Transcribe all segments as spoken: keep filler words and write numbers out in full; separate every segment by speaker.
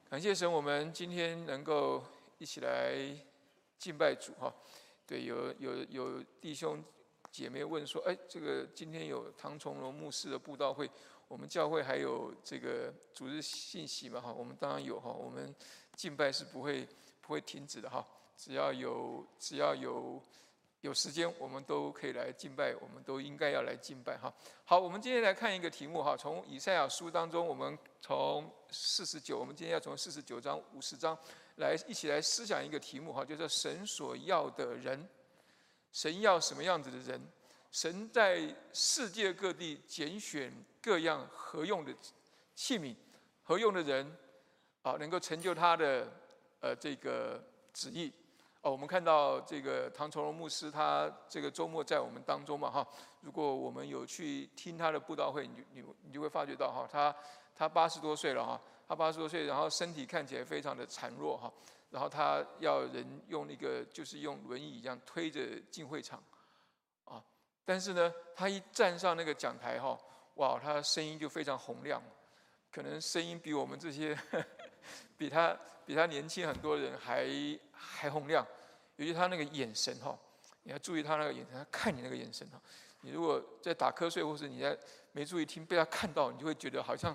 Speaker 1: 感谢神，我们今天能够一起来敬拜主哈。对，有有有弟兄姐妹问说，哎，这个今天有唐崇荣牧师的布道会，我们教会还有这个主日信息嘛哈？我们当然有哈，我们敬拜是不会不会停止的哈，只要有只要有。有时间我们都可以来敬拜，我们都应该要来敬拜哈。好，我们今天来看一个题目哈，从以赛亚书当中，我们从四十九，我们今天要从四十九章、五十章来一起来思想一个题目哈，就是神所要的人，神要什么样子的人？神在世界各地拣选各样合用的器皿、合用的人啊，能够成就他的呃这个旨意。哦，我们看到这个唐崇荣牧师，他这个周末在我们当中嘛，哈。如果我们有去听他的布道会，你就你你就会发觉到哈，他他八十多岁了哈，他八十多岁，然后身体看起来非常的孱弱哈，然后他要人用那个就是用轮椅这样推着进会场，啊，但是呢，他一站上那个讲台哈，哇，他声音就非常洪亮，可能声音比我们这些比他比他年轻很多人还还洪亮。尤其他那个眼神哈，你要注意他那个眼神，他看你那个眼神哈。你如果在打瞌睡，或是你在没注意听，被他看到，你就会觉得好像，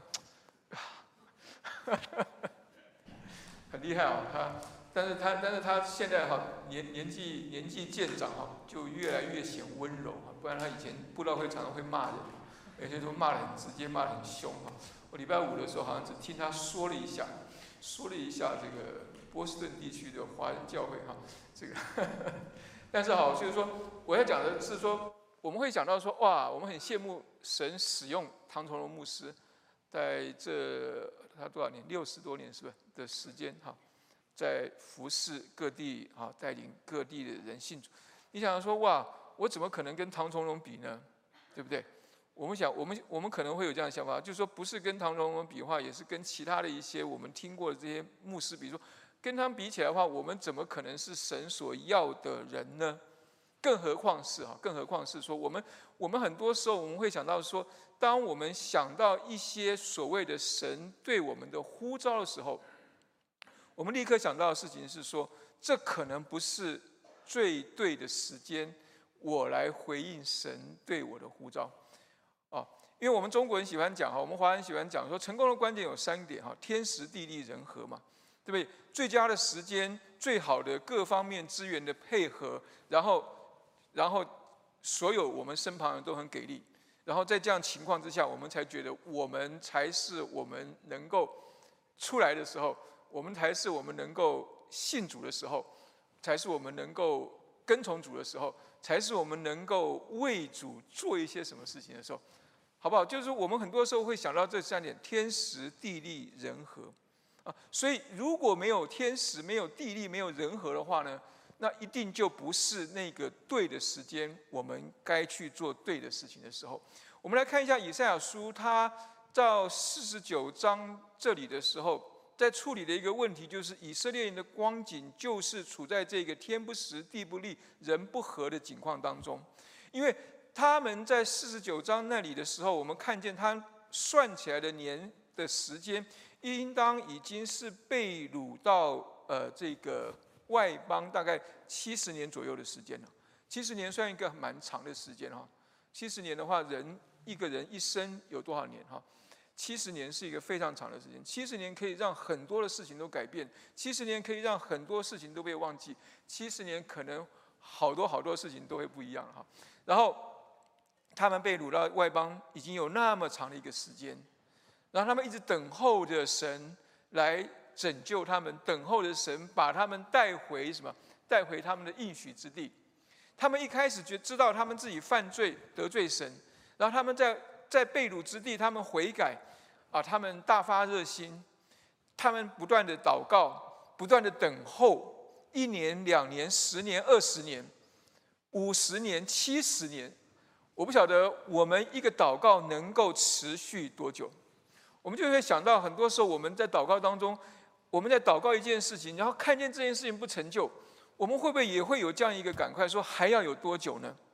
Speaker 1: 很厉害哦。他，但是他，但是他现在哈年年纪年纪渐长哈，就越来越显温柔哈。不然他以前布道会常常会骂人，有些时候骂得很直接，骂得很凶哈。我礼拜五的时候好像只听他说了一下，说了一下这个波士顿地区的华人教会哈。这个，但是好，就是说，我要讲的是说，我们会讲到说，哇，我们很羡慕神使用唐崇荣牧师，在这他多少年，六十多年是不是的时间哈，在服侍各地啊，带领各地的人信主。你想说，哇，我怎么可能跟唐崇荣比呢？对不对？我们想，我们我们可能会有这样的想法，就是说，不是跟唐崇荣比的话，也是跟其他的一些我们听过的这些牧师，比如说。跟他们比起来的话，我们怎么可能是神所要的人呢？更何况是哈，更何况是说，我们我们很多时候我们会想到说，当我们想到一些所谓的神对我们的呼召的时候，我们立刻想到的事情是说，这可能不是最对的时间，我来回应神对我的呼召啊。因为我们中国人喜欢讲哈，我们华人喜欢讲说，成功的关键有三点哈：天时、地利、人和嘛。对不对？最佳的时间，最好的各方面资源的配合，然后，然后所有我们身旁人都很给力，然后在这样情况之下，我们才觉得我们才是我们能够出来的时候，我们才是我们能够信主的时候，才是我们能够跟从主的时候，才是我们能够为主做一些什么事情的时候，好不好？就是我们很多时候会想到这三点：天时、地利、人和。啊，所以如果没有天时、没有地利、没有人和的话呢，那一定就不是那个对的时间，我们该去做对的事情的时候。我们来看一下以赛亚书，他到四十九章这里的时候，在处理的一个问题，就是以色列人的光景，就是处在这个天不时、地不利、人不和的境况当中。因为他们在四十九章那里的时候，我们看见他算起来的年的时间。应当已经是被掳到呃这个外邦大概七十年左右的时间了。七十年算一个蛮长的时间哈。七十年的话，人一个人一生有多少年哈？七十年是一个非常长的时间。七十年可以让很多的事情都改变，七十年可以让很多事情都被忘记，七十年可能好多好多事情都会不一样哈。然后他们被掳到外邦已经有那么长的一个时间。然后他们一直等候着神来拯救他们，等候着神把他们带回什么？带回他们的应许之地。他们一开始就知道他们自己犯罪得罪神，然后他们在在被掳之地，他们悔改啊，他们大发热心，他们不断的祷告，不断的等候，一年、两年、十年、二十年、五十年、七十年，我不晓得我们一个祷告能够持续多久。我们就会想到，很多时候我们在祷告当中，我们在祷告一件事情，然后看见这件事情不成就，我们会不会也会有这样一个感慨，说还要有多久呢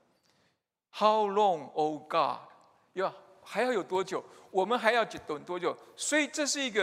Speaker 1: ？How long, oh God？ 要还要有多久？我们还要等多久？所以这是一个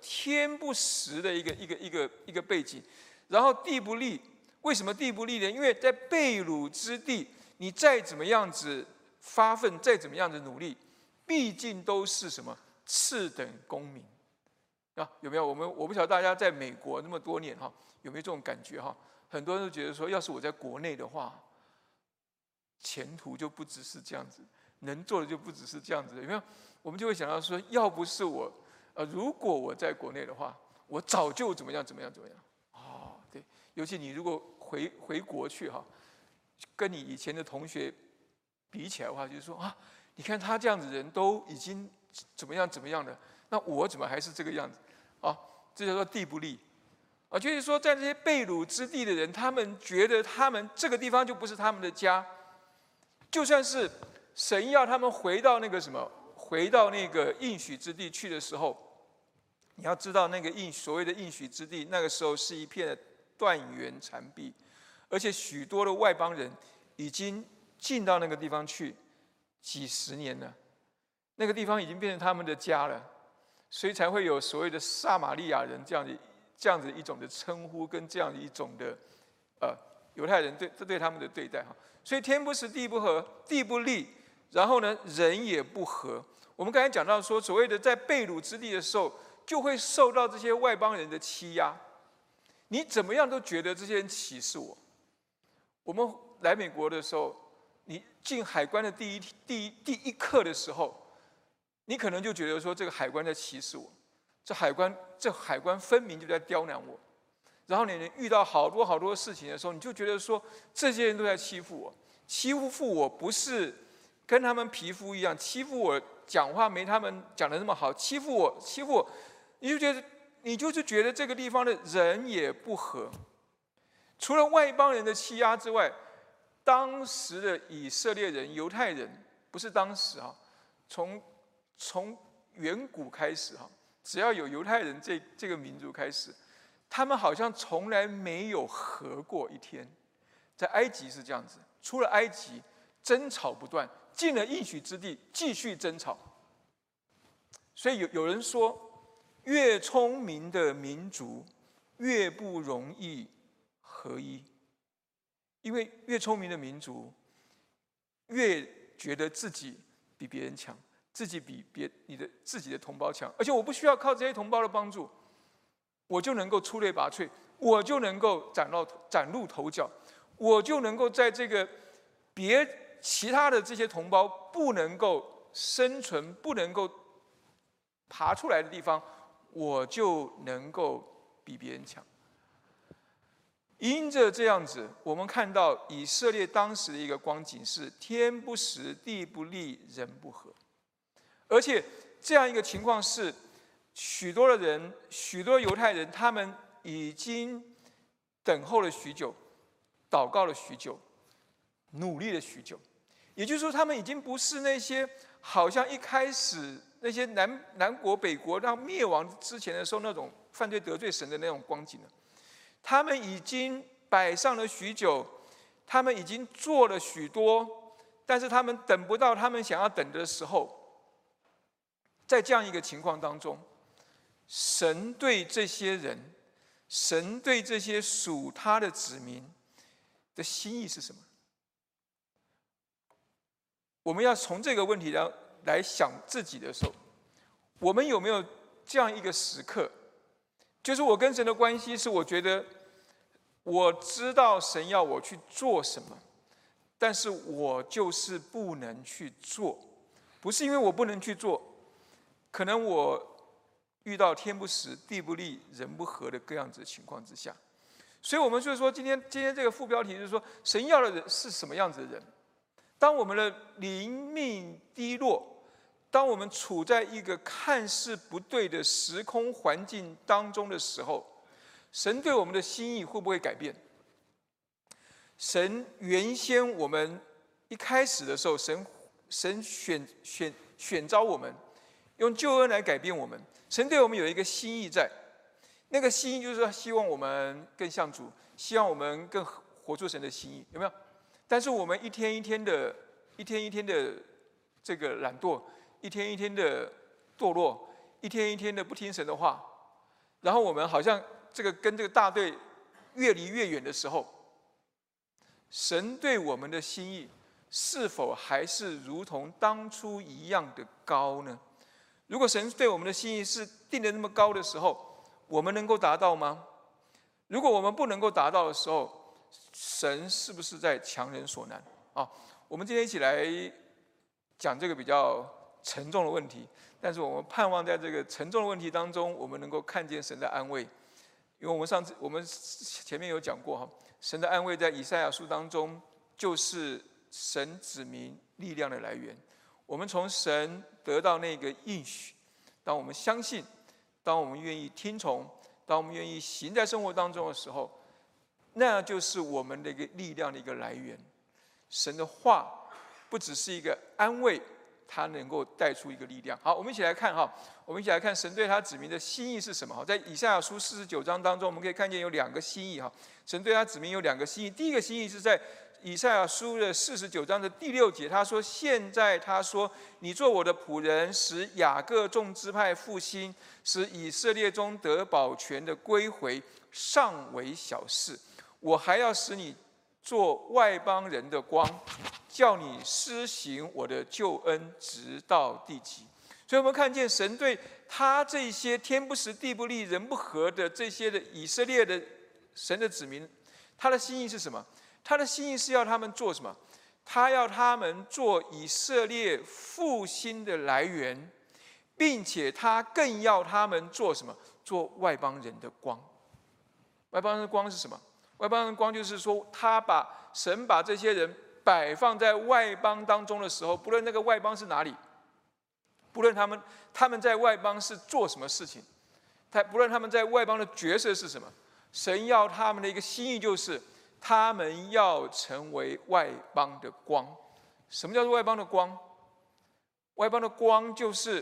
Speaker 1: 天不时的一个一个一个一个背景，然后地不利。为什么地不利呢？因为在被掳之地，你再怎么样子发奋，再怎么样子努力，毕竟都是什么次等公民啊？有没有？我们我不晓得大家在美国那么多年哈，有没有这种感觉哈？很多人都觉得说，要是我在国内的话，前途就不只是这样子，能做的就不只是这样子的，有没有？我们就会想到说，要不是我，呃，如果我在国内的话，我早就怎么样怎么样怎么样。哦，对，尤其你如果回回国去哈，跟你以前的同学比起来的话，就是说啊，你看他这样子人都已经怎么样怎么样的，那我怎么还是这个样子？啊，这叫做地不利。啊，就是说，在这些被掳之地的人，他们觉得他们这个地方就不是他们的家，就算是神要他们回到那个什么，回到那个应许之地去的时候，你要知道，那个应所谓的应许之地，那个时候是一片断垣残壁，而且许多的外邦人已经进到那个地方去几十年了，那个地方已经变成他们的家了，所以才会有所谓的撒玛利亚人这样的。这样子一种的称呼，跟这样一种的，呃，犹太人对对他们的对待哈，所以天不时，地不和，地不利，然后呢，人也不和。我们刚才讲到说，所谓的在被掳之地的时候，就会受到这些外邦人的欺压，你怎么样都觉得这些人歧视我。我们来美国的时候，你进海关的第一第一第一课的时候，你可能就觉得说，这个海关在歧视我。这海关，这海关分明就在刁难我。然后你遇到好多好多事情的时候，你就觉得说，这些人都在欺负我。欺负我不是跟他们皮肤一样，欺负我讲话没他们讲的那么好，欺负我，欺负我，你就觉得，你就是觉得这个地方的人也不和。除了外邦人的欺压之外，当时的以色列人、犹太人，不是当时啊，从从远古开始哈。只要有犹太人这这个民族开始，他们好像从来没有和过一天。在埃及是这样子，出了埃及争吵不断，进了应许之地继续争吵。所以有有人说，越聪明的民族越不容易合一，因为越聪明的民族越觉得自己比别人强。自己比别你的自己的同胞强，而且我不需要靠这些同胞的帮助，我就能够出类拔萃，我就能够崭露崭露头角，我就能够在这个别其他的这些同胞不能够生存、不能够爬出来的地方，我就能够比别人强。因着这样子，我们看到以色列当时的一个光景是：天不时，地不利，人不和。而且这样一个情况是，许多的人，许多犹太人，他们已经等候了许久，祷告了许久，努力了许久。也就是说，他们已经不是那些好像一开始那些南南国北国到灭亡之前的时候那种犯罪得罪神的那种光景了。他们已经摆上了许久，他们已经做了许多，但是他们等不到他们想要等的时候。在这样一个情况当中，神对这些人，神对这些属他的子民的心意是什么？我们要从这个问题来来想自己的时候，我们有没有这样一个时刻，就是我跟神的关系是，我觉得我知道神要我去做什么，但是我就是不能去做，不是因为我不能去做。可能我遇到天不时、地不利、人不和的各样子的情况之下，所以我们就说，今天今天这个副标题就是说，神要的人是什么样子的人？当我们的灵命低落，当我们处在一个看似不对的时空环境当中的时候，神对我们的心意会不会改变？神原先我们一开始的时候，神神选选选召我们。用救恩来改变我们，神对我们有一个心意在，那个心意就是说，希望我们更像主，希望我们更活出神的心意，有没有？但是我们一天一天的，一天一天的这个懒惰，一天一天的堕落，一天一天的不听神的话， 然后我们好像这个跟这个大队越离越远的时候，神对我们的心意是否还是如同当初一样的高呢？如果神对我们的心意是定得那么高的时候，我们能够达到吗？如果我们不能够达到的时候，神是不是在强人所难啊？我们今天一起来讲这个比较沉重的问题，但是我们盼望在这个沉重的问题当中，我们能够看见神的安慰。因为我们上次我们前面有讲过哈，神的安慰在以赛亚书当中就是神子民力量的来源。我们从神得到那个应许，当我们相信，当我们愿意听从，当我们愿意行在生活当中的时候，那就是我们的一个力量的一个来源。神的话不只是一个安慰，它能够带出一个力量。好，我们一起来看哈，我们一起来看神对他子民的心意是什么。在以赛亚书四十九章当中，我们可以看见有两个心意哈。神对他子民有两个心意。第一个心意是在以赛亚书的四十九章的第六节，他说：“现在他说，你做我的仆人，使雅各众支派复兴，使以色列中得保全的归回，尚为小事。我还要使你做外邦人的光，叫你施行我的救恩，直到地极。”所以我们看见神对他这些天不时地不利人不和的这些的以色列的神的子民，他的心意是什么？他的心意是要他们做什么？他要他们做以色列复兴的来源，并且他更要他们做什么？做外邦人的光。外邦人的光是什么？外邦人的光就是说，他把神把这些人摆放在外邦当中的时候，不论那个外邦是哪里，不论他们他们在外邦是做什么事情，他不论他们在外邦的角色是什么，神要他们的一个心意就是，他们要成为外邦的光。什么叫做外邦的光？外邦的光就是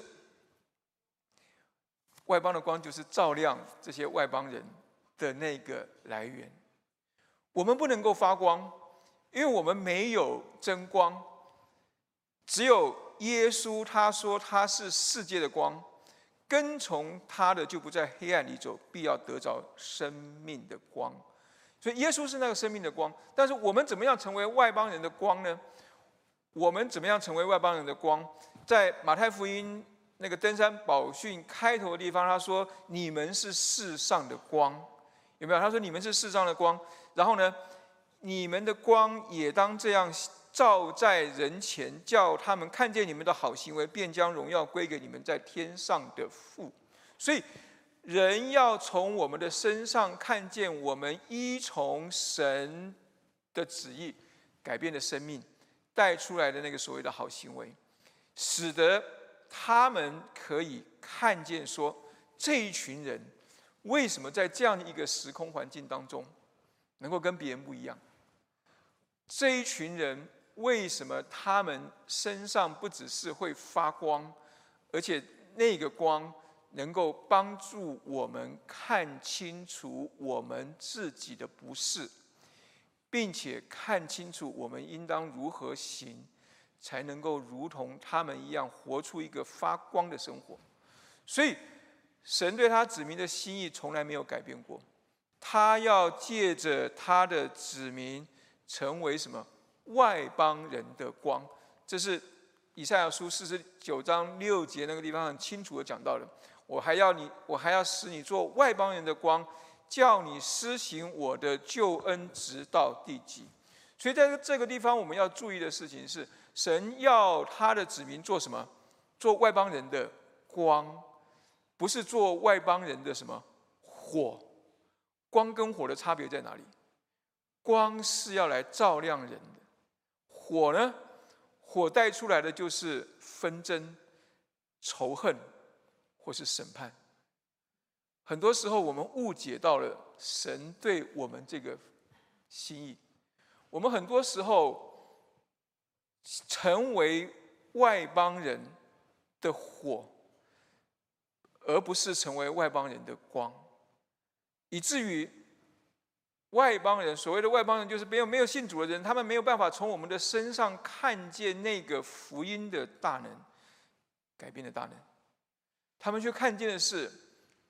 Speaker 1: 外邦的光就是照亮这些外邦人的那个来源。我们不能够发光，因为我们没有真光。只有耶稣他说他是世界的光，跟从他的就不在黑暗里走，必要得着生命的光。所以耶稣是那个生命的光。但是我们怎么样成为外邦人的光呢？我们怎么样成为外邦人的光？在马太福音那个登山宝训开头的地方，他说：“你们是世上的光。”有没有？他说：“你们是世上的光。”然后呢，你们的光也当这样照在人前，叫他们看见你们的好行为，便将荣耀归给你们在天上的父。所以，人要从我们的身上看见我们依从神的旨意改变的生命带出来的那个所谓的好行为，使得他们可以看见说，这一群人为什么在这样一个时空环境当中能够跟别人不一样？这一群人为什么他们身上不只是会发光，而且那个光能够帮助我们看清楚我们自己的不是，并且看清楚我们应当如何行，才能够如同他们一样活出一个发光的生活。所以神对他子民的心意从来没有改变过，他要借着他的子民成为什么？外邦人的光。这是以赛亚书四十九章六节那个地方很清楚的讲到了。我还要你，我还要使你做外邦人的光，叫你施行我的救恩，直到地极。所以在这个地方，我们要注意的事情是，神要他的子民做什么？做外邦人的光，不是做外邦人的什么火。光跟火的差别在哪里？光是要来照亮人的，火呢？火带出来的就是纷争、仇恨或是审判。很多时候我们误解到了神对我们这个心意，我们很多时候成为外邦人的火，而不是成为外邦人的光，以至于外邦人，所谓的外邦人就是没有没有信主的人，他们没有办法从我们的身上看见那个福音的大能、改变的大能，他们却看见的是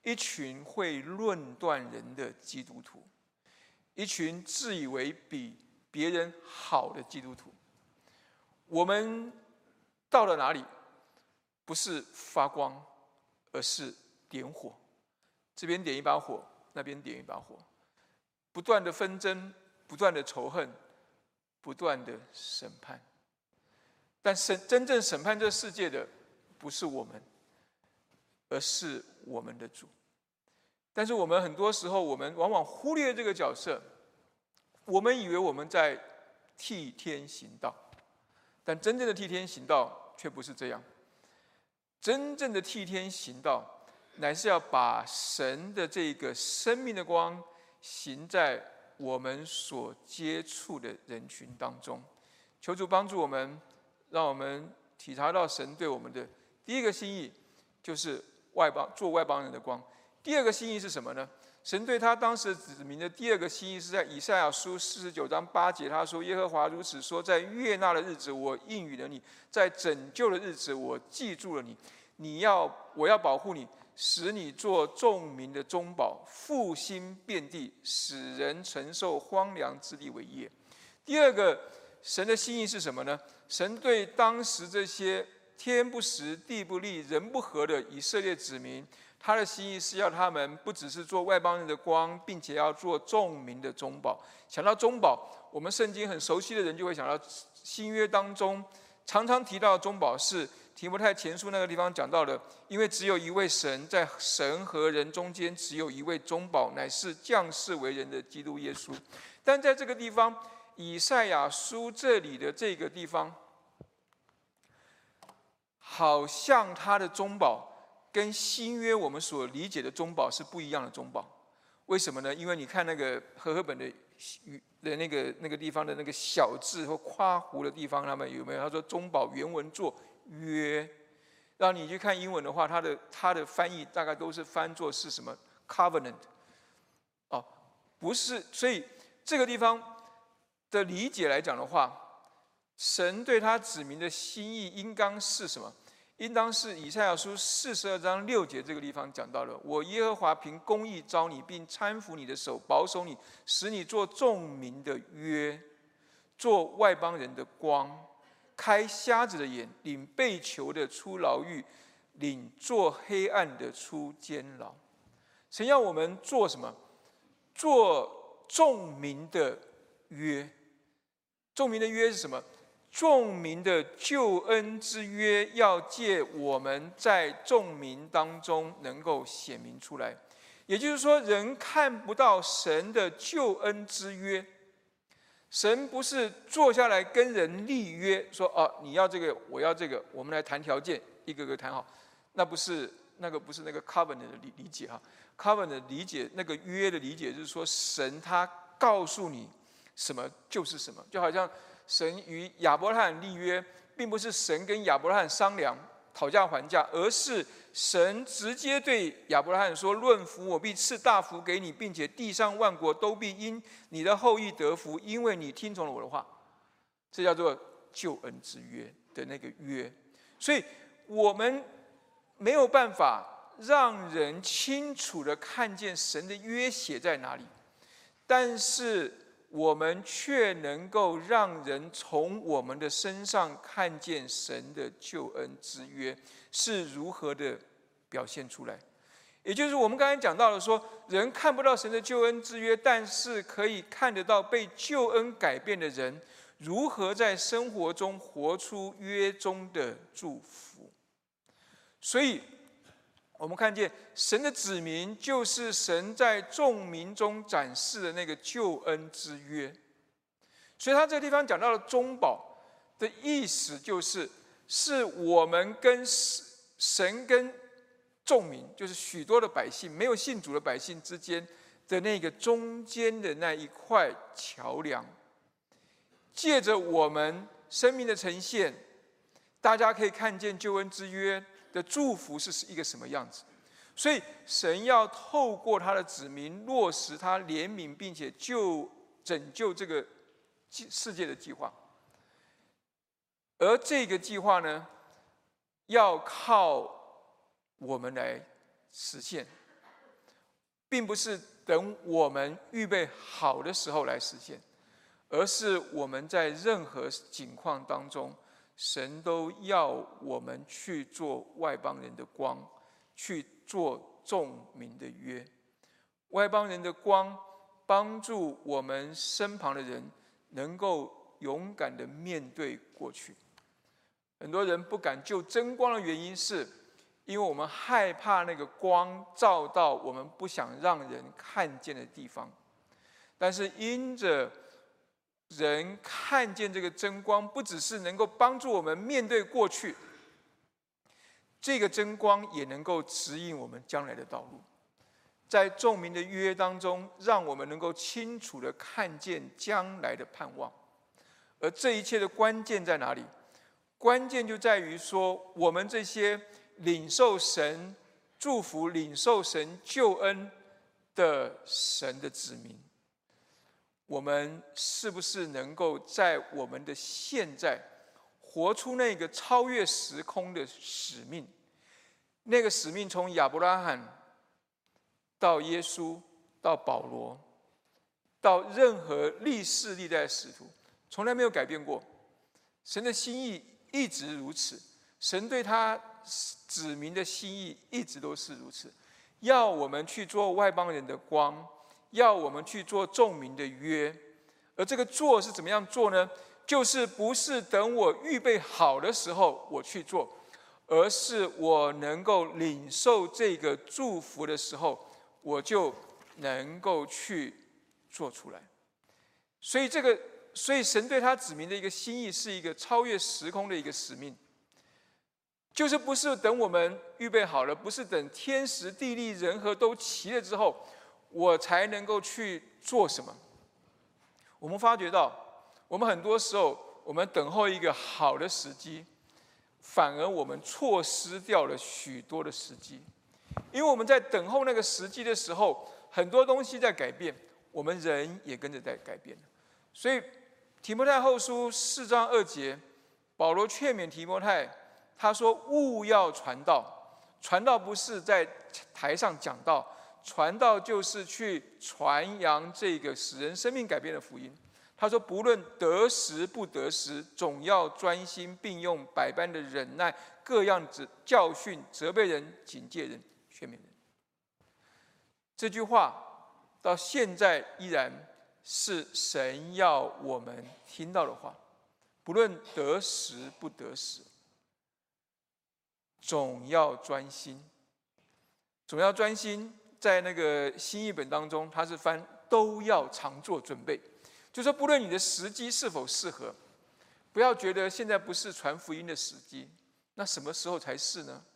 Speaker 1: 一群会论断人的基督徒，一群自以为比别人好的基督徒。我们到了哪里，不是发光，而是点火。这边点一把火，那边点一把火，不断的纷争，不断的仇恨，不断的审判。但审真正审判这世界的，不是我们，而是我们的主。但是我们很多时候，我们往往忽略这个角色，我们以为我们在替天行道，但真正的替天行道却不是这样。真正的替天行道，乃是要把神的这个生命的光行在我们所接触的人群当中。求主帮助我们，让我们体察到神对我们的第一个心意，就是外邦做外邦人的光。第二个心意是什么呢？神对他当时的子民的第二个心意是在以赛亚书四十九章八节，他说：“耶和华如此说，在悦纳的日子，我应允了你；在拯救的日子，我记住了你。你要，我要保护你，使你做众民的中保，复兴遍地，使人承受荒凉之地为业。”第二个，神的心意是什么呢？神对当时这些天不时、地不利、人不和的以色列子民，他的心意是要他们不只是做外邦人的光，并且要做众民的中保。想到中保，我们圣经很熟悉的人就会想到新约当中常常提到的中保是提摩太前书那个地方讲到的，因为只有一位神，在神和人中间只有一位中保，乃是降世为人的基督耶稣。但在这个地方，以赛亚书这里的这个地方，好像他的中保跟新约我们所理解的中保是不一样的中保。为什么呢？因为你看那个和合本的的那个那个地方的那个小字或括弧的地方，他们有没有？他说中保原文作约，让你去看英文的话，它的它的翻译大概都是翻作是什么 covenant， 哦，不是。所以这个地方的理解来讲的话，神对他子民的心意应当是什么？应当是以赛亚书四十二章六节这个地方讲到了：我耶和华凭公义召你，并搀扶你的手，保守你，使你做众民的约，做外邦人的光，开瞎子的眼，领被囚的出牢狱，领做黑暗的出监牢。神要我们做什么？做众民的约。众民的约是什么？众民的救恩之约，要借我们在众民当中能够显明出来。也就是说，人看不到神的救恩之约。神不是坐下来跟人立约，说哦，你要这个，我要这个，我们来谈条件，一个个谈好。那不是那个不是那个 covenant 的理理解哈。covenant 的理解，那个约的理解就是说，神他告诉你什么就是什么，就好像神与亚伯拉罕立约，并不是神跟亚伯拉罕商量讨价还价，而是神直接对亚伯拉罕说：“论福，我必赐大福给你，并且地上万国都必因你的后裔得福，因为你听从了我的话。”这叫做救恩之约的那个约。所以我们没有办法让人清楚地看见神的约写在哪里，但是我们却能够让人从我们的身上看见神的救恩之约是如何的表现出来。也就是我们刚才讲到的说，人看不到神的救恩之约，但是可以看得到被救恩改变的人如何在生活中活出约中的祝福。所以我们看见神的子民就是神在众民中展示的那个救恩之约。所以他这个地方讲到了中保的意思，就是是我们跟神跟众民，就是许多的百姓，没有信主的百姓之间的那个中间的那一块桥梁。借着我们生命的呈现，大家可以看见救恩之约的祝福是一个什么样子。所以神要透过他的子民落实他怜悯并且救拯救这个世界的计划，而这个计划呢，要靠我们来实现。 并不是等我们预备好的时候来实现，而是我们在任何境况当中，神都要我们去做外邦人的光，去做众民的约。外邦人的光帮助我们身旁的人能够勇敢地面对过去。很多人不敢就真光的原因是因为我们害怕那个光照到我们不想让人看见的地方，但是因着人看见这个真光，不只是能够帮助我们面对过去，这个真光也能够指引我们将来的道路，在众民的约当中，让我们能够清楚地看见将来的盼望。而这一切的关键在哪里？关键就在于说，我们这些领受神祝福、领受神救恩的神的子民，我们是不是能够在我们的现在活出那个超越时空的使命？那个使命从亚伯拉罕到耶稣，到保罗，到任何历世历代的使徒，从来没有改变过。神的心意一直如此，神对他子民的心意一直都是如此，要我们去做外邦人的光，要我们去做众民的约。而这个做是怎么样做呢？就是不是等我预备好的时候我去做，而是我能够领受这个祝福的时候，我就能够去做出来。所以这个所以神对他子民的一个心意是一个超越时空的一个使命，就是不是等我们预备好了，不是等天时地利人和都齐了之后我才能够去做什么。我们发觉到我们很多时候我们等候一个好的时机，反而我们错失掉了许多的时机。因为我们在等候那个时机的时候，很多东西在改变，我们人也跟着在改变。所以提摩太后书四章二节，保罗劝勉提摩太，他说务要传道。传道不是在台上讲道，传道就是去传扬这个使人生命改变的福音。他说不论得时不得时，总要专心，并用百般的忍耐，各样子教训、责备人、警戒人、劝勉人。这句话到现在依然是神要我们听到的话，不论得时不得时，总要专心，总要专心。在那个新译本当中，它是翻都要常做准备，就说不论你的时机是否适合，不要觉得现在不是传福音的时机，那什么时候才是呢？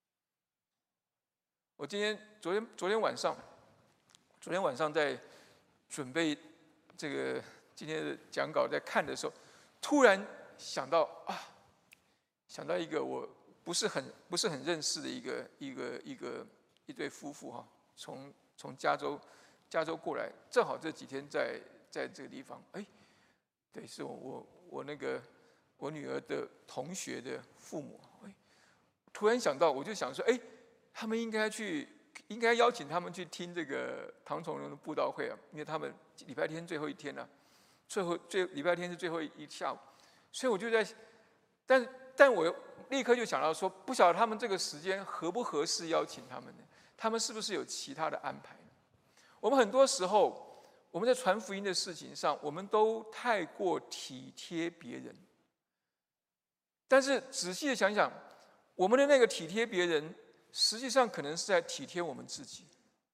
Speaker 1: 我今天昨天昨天晚上，昨天晚上在准备这个今天的讲稿，在看的时候，突然想到啊，想到一个我不是很不是很认识的一个一个一个一对夫妇哈，从从加州加州过来，正好这几天在在这个地方，哎，对，是我我我那个我女儿的同学的父母，哎，突然想到，我就想说，哎，他们应该去。应该邀请他们去听这个唐崇荣的布道会啊，因为他们礼拜天最后一天了、啊，最后最礼拜天是最后一下午，所以我就在，但但我立刻就想到说，不晓得他们这个时间合不合适邀请他们呢？他们是不是有其他的安排呢？我们很多时候我们在传福音的事情上，我们都太过体贴别人，但是仔细的想想，我们的那个体贴别人。实际上可能是在体贴我们自己。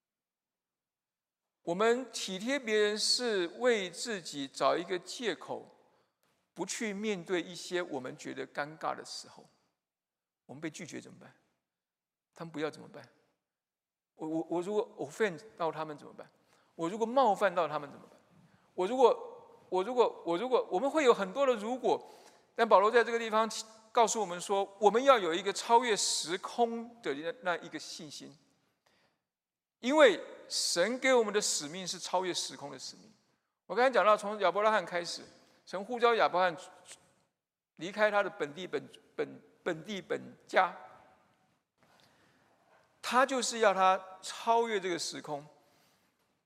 Speaker 1: 我们体贴别人是为自己找一个借口，不去面对一些我们觉得尴尬的时候。我们被拒绝怎么办？他们不要怎么办？我我我如果 offend 到他们怎么办？我如果冒犯到他们怎么办？我如果我如果我如果我们会有很多的如果，但保罗在这个地方告诉我们说，我们要有一个超越时空的那一个信心，因为神给我们的使命是超越时空的使命。我刚才讲到，从亚伯拉罕开始，神呼召亚伯拉罕离开他的本地本本本地本家，他就是要他超越这个时空，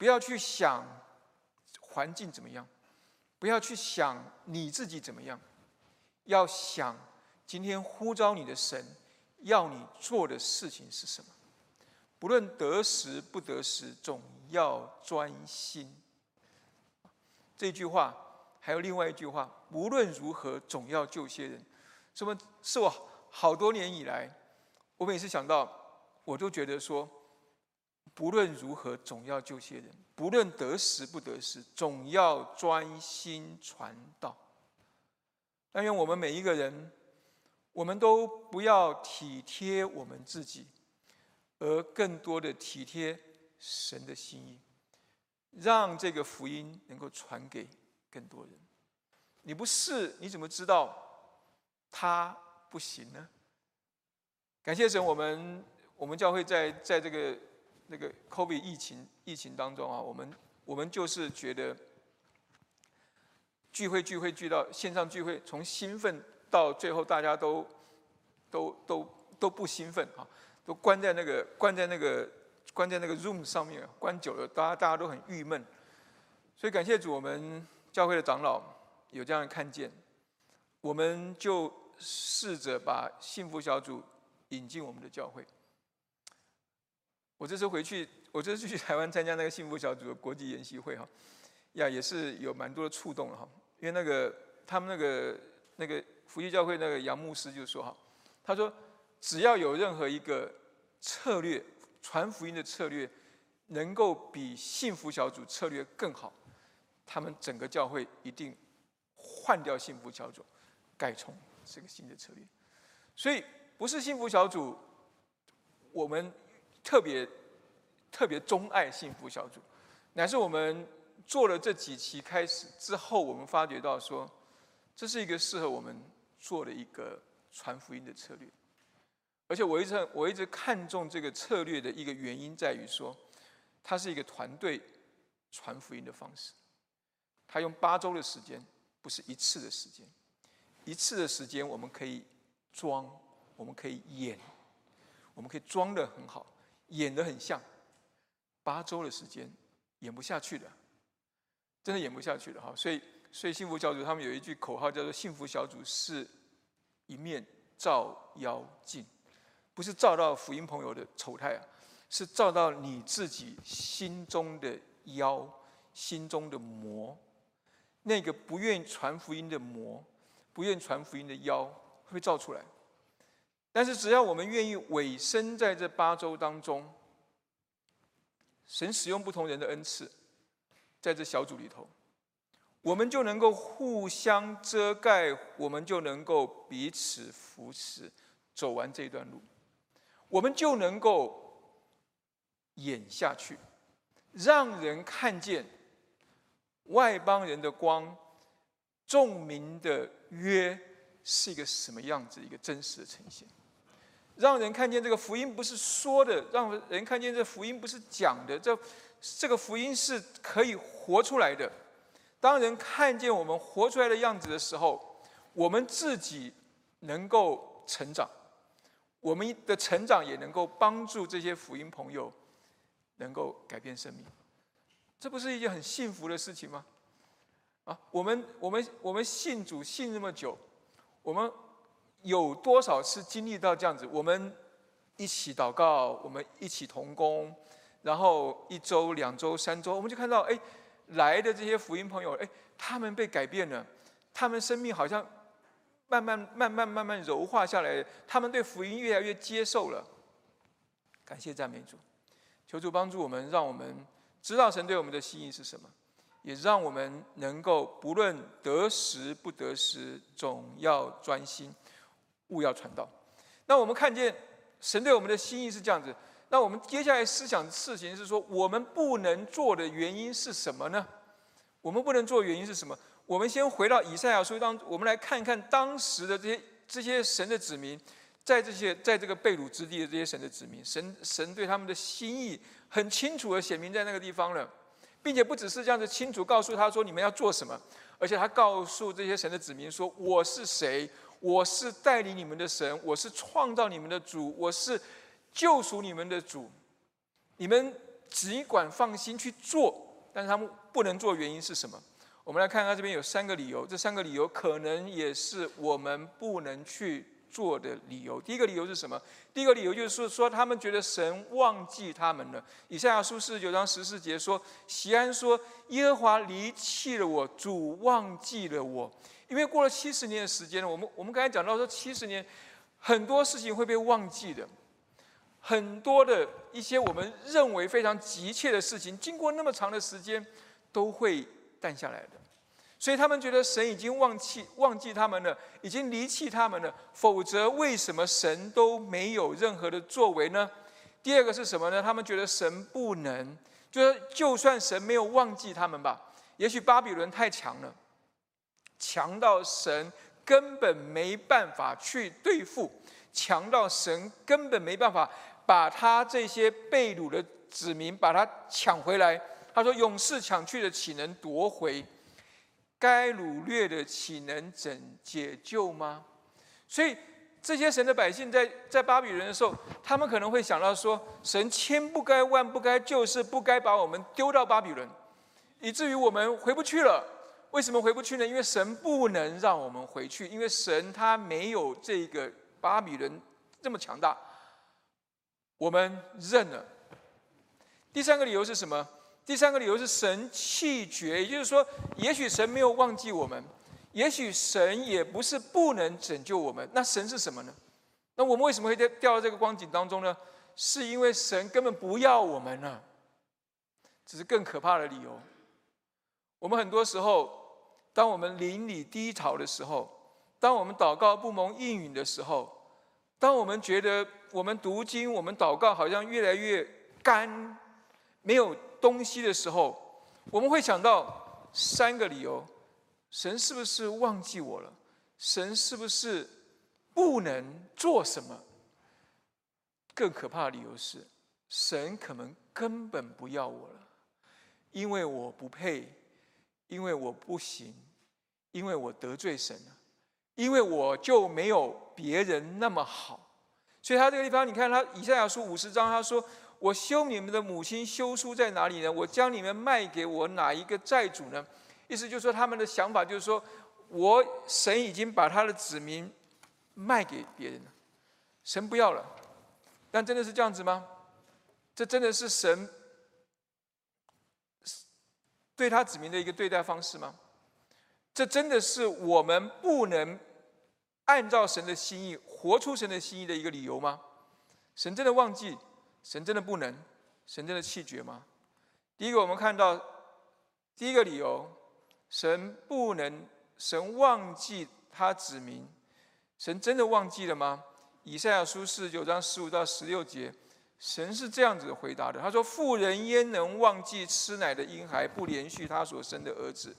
Speaker 1: 不要去想环境怎么样，不要去想你自己怎么样，要想今天呼召你的神要你做的事情是什么。不论得时不得时，总要专心。这句话还有另外一句话，无论如何总要救些人。什么是我好多年以来，我每次想到，我都觉得说，不论如何总要救些人，不论得时不得时，总要专心传道。但愿我们每一个人，我们都不要体贴我们自己，而更多的体贴神的心意，让这个福音能够传给更多人。你不试，你怎么知道他不行呢？感谢神，我们我们教会在在这个那个 COVID 疫情疫情当中啊，我们我们就是觉得聚会聚会聚到线上聚会，从兴奋到最后大家都都都都不兴奋啊，都关在那个关在那个关在那个 room 上面，关久了，大家大家都很郁闷。所以感谢主，我们教会的长老有这样的看见，我们就试着把幸福小组引进我们的教会。我这次回去，我这次去台湾参加那个幸福小组的国际研习会哈，呀也是有蛮多的触动了哈。因为那个他们那个那个福音教会那个杨牧师就说哈，他说只要有任何一个策略，传福音的策略能够比幸福小组策略更好，他们整个教会一定换掉幸福小组，改从这个新的策略。所以不是幸福小组，我们特别特别钟爱幸福小组，乃是我们做了这几期开始之后，我们发觉到说，这是一个适合我们做的一个传福音的策略。而且我一直我一直看重这个策略的一个原因在于说，它是一个团队传福音的方式。它用八周的时间，不是一次的时间。一次的时间我们可以装，我们可以演，我们可以装得很好，演得很像。八周的时间演不下去的，真的演不下去的哈。所以，所以幸福小组他们有一句口号叫做“幸福小组是一面照妖镜”，不是照到福音朋友的丑态啊，是照到你自己心中的妖，心中的魔，那个不愿意传福音的魔，不愿意传福音的妖会照出来。但是只要我们愿意委身在这八周当中，神使用不同人的恩赐，在这小组里头，我们就能够互相遮盖，我们就能够彼此扶持，走完这段路，我们就能够演下去，让人看见外邦人的光，众民的约是一个什么样子，一个真实的呈现。让人看见这个福音不是说的，让人看见这福音不是讲的，这这个福音是可以活出来的。当人看见我们活出来的样子的时候，我们自己能够成长，我们的成长也能够帮助这些福音朋友能够改变生命。这不是一件很幸福的事情吗？啊，我们我们我们信主信那么久，我们有多少次经历到这样子？我们一起祷告，我们一起同工，然后一周、两周、三周，我们就看到，哎，来的这些福音朋友，哎，他们被改变了，他们生命好像慢慢、慢慢、慢慢柔化下来，他们对福音越来越接受了。感谢赞美主，求主帮助我们，让我们知道神对我们的心意是什么，也让我们能够不论得时不得时，总要专心。务要传道。那我们看见神对我们的心意是这样子，那我们接下来思想的事情是说，我们不能做的原因是什么呢？我们不能做的原因是什么？我们先回到以赛亚书当中，我们来看看当时的这些这些神的子民，在这些在这个被掳之地的这些神的子民，神神对他们的心意很清楚的显明在那个地方了，并且不只是这样子清楚告诉他说你们要做什么，而且他告诉这些神的子民说，我是谁？我是带领你们的神，我是创造你们的主，我是救赎你们的主。你们尽管放心去做，但是他们不能做，原因是什么？我们来看看这边有三个理由，这三个理由可能也是我们不能去做的理由。第一个理由是什么？第一个理由就是说，他们觉得神忘记他们了。以赛亚书四十九章十四节说：“锡安说，耶和华离弃了我，主忘记了我。”因为过了七十年的时间了，我们我们刚才讲到说，七十年很多事情会被忘记的，很多的一些我们认为非常急切的事情，经过那么长的时间，都会淡下来的。所以他们觉得神已经忘记忘记他们了，已经离弃他们了。否则，为什么神都没有任何的作为呢？第二个是什么呢？他们觉得神不能，就是就算神没有忘记他们吧，也许巴比伦太强了，强到神根本没办法去对付，强到神根本没办法把他这些被掳的子民把他抢回来。他说：“勇士抢去的，岂能夺回？该掳掠的，岂能拯解救吗？”所以这些神的百姓在在巴比伦的时候，他们可能会想到说：神千不该万不该，就是不该把我们丢到巴比伦，以至于我们回不去了。为什么回不去呢？因为神不能让我们回去，因为神他没有这个巴比伦这么强大，我们认了。第三个理由是什么？第三个理由是神弃绝，也就是说，也许神没有忘记我们，也许神也不是不能拯救我们。那神是什么呢？那我们为什么会掉到这个光景当中呢？是因为神根本不要我们了，这是更可怕的理由。我们很多时候，当我们邻里低潮的时候，当我们祷告不蒙应允的时候，当我们觉得我们读经、我们祷告好像越来越干，没有东西的时候，我们会想到三个理由：神是不是忘记我了？神是不是不能做什么？更可怕的理由是，神可能根本不要我了，因为我不配，因为我不行，因为我得罪神了，因为我就没有别人那么好。所以他这个地方，你看他以赛亚书五十章，他说：“我休你们的母亲休书在哪里呢？我将你们卖给我哪一个债主呢？”意思就是说，他们的想法就是说，我神已经把他的子民卖给别人了，神不要了。但真的是这样子吗？这真的是神对他子民的一个对待方式吗？这真的是我们不能按照神的心意活出神的心意的一个理由吗？神真的忘记？神真的不能？神真的弃绝吗？第一个，我们看到第一个理由，神不能，神忘记他子民。神真的忘记了吗？以赛亚书四十九章十五到十六节，神是这样子回答的：他说：“妇人焉能忘记吃奶的婴孩，不连续他所生的儿子？”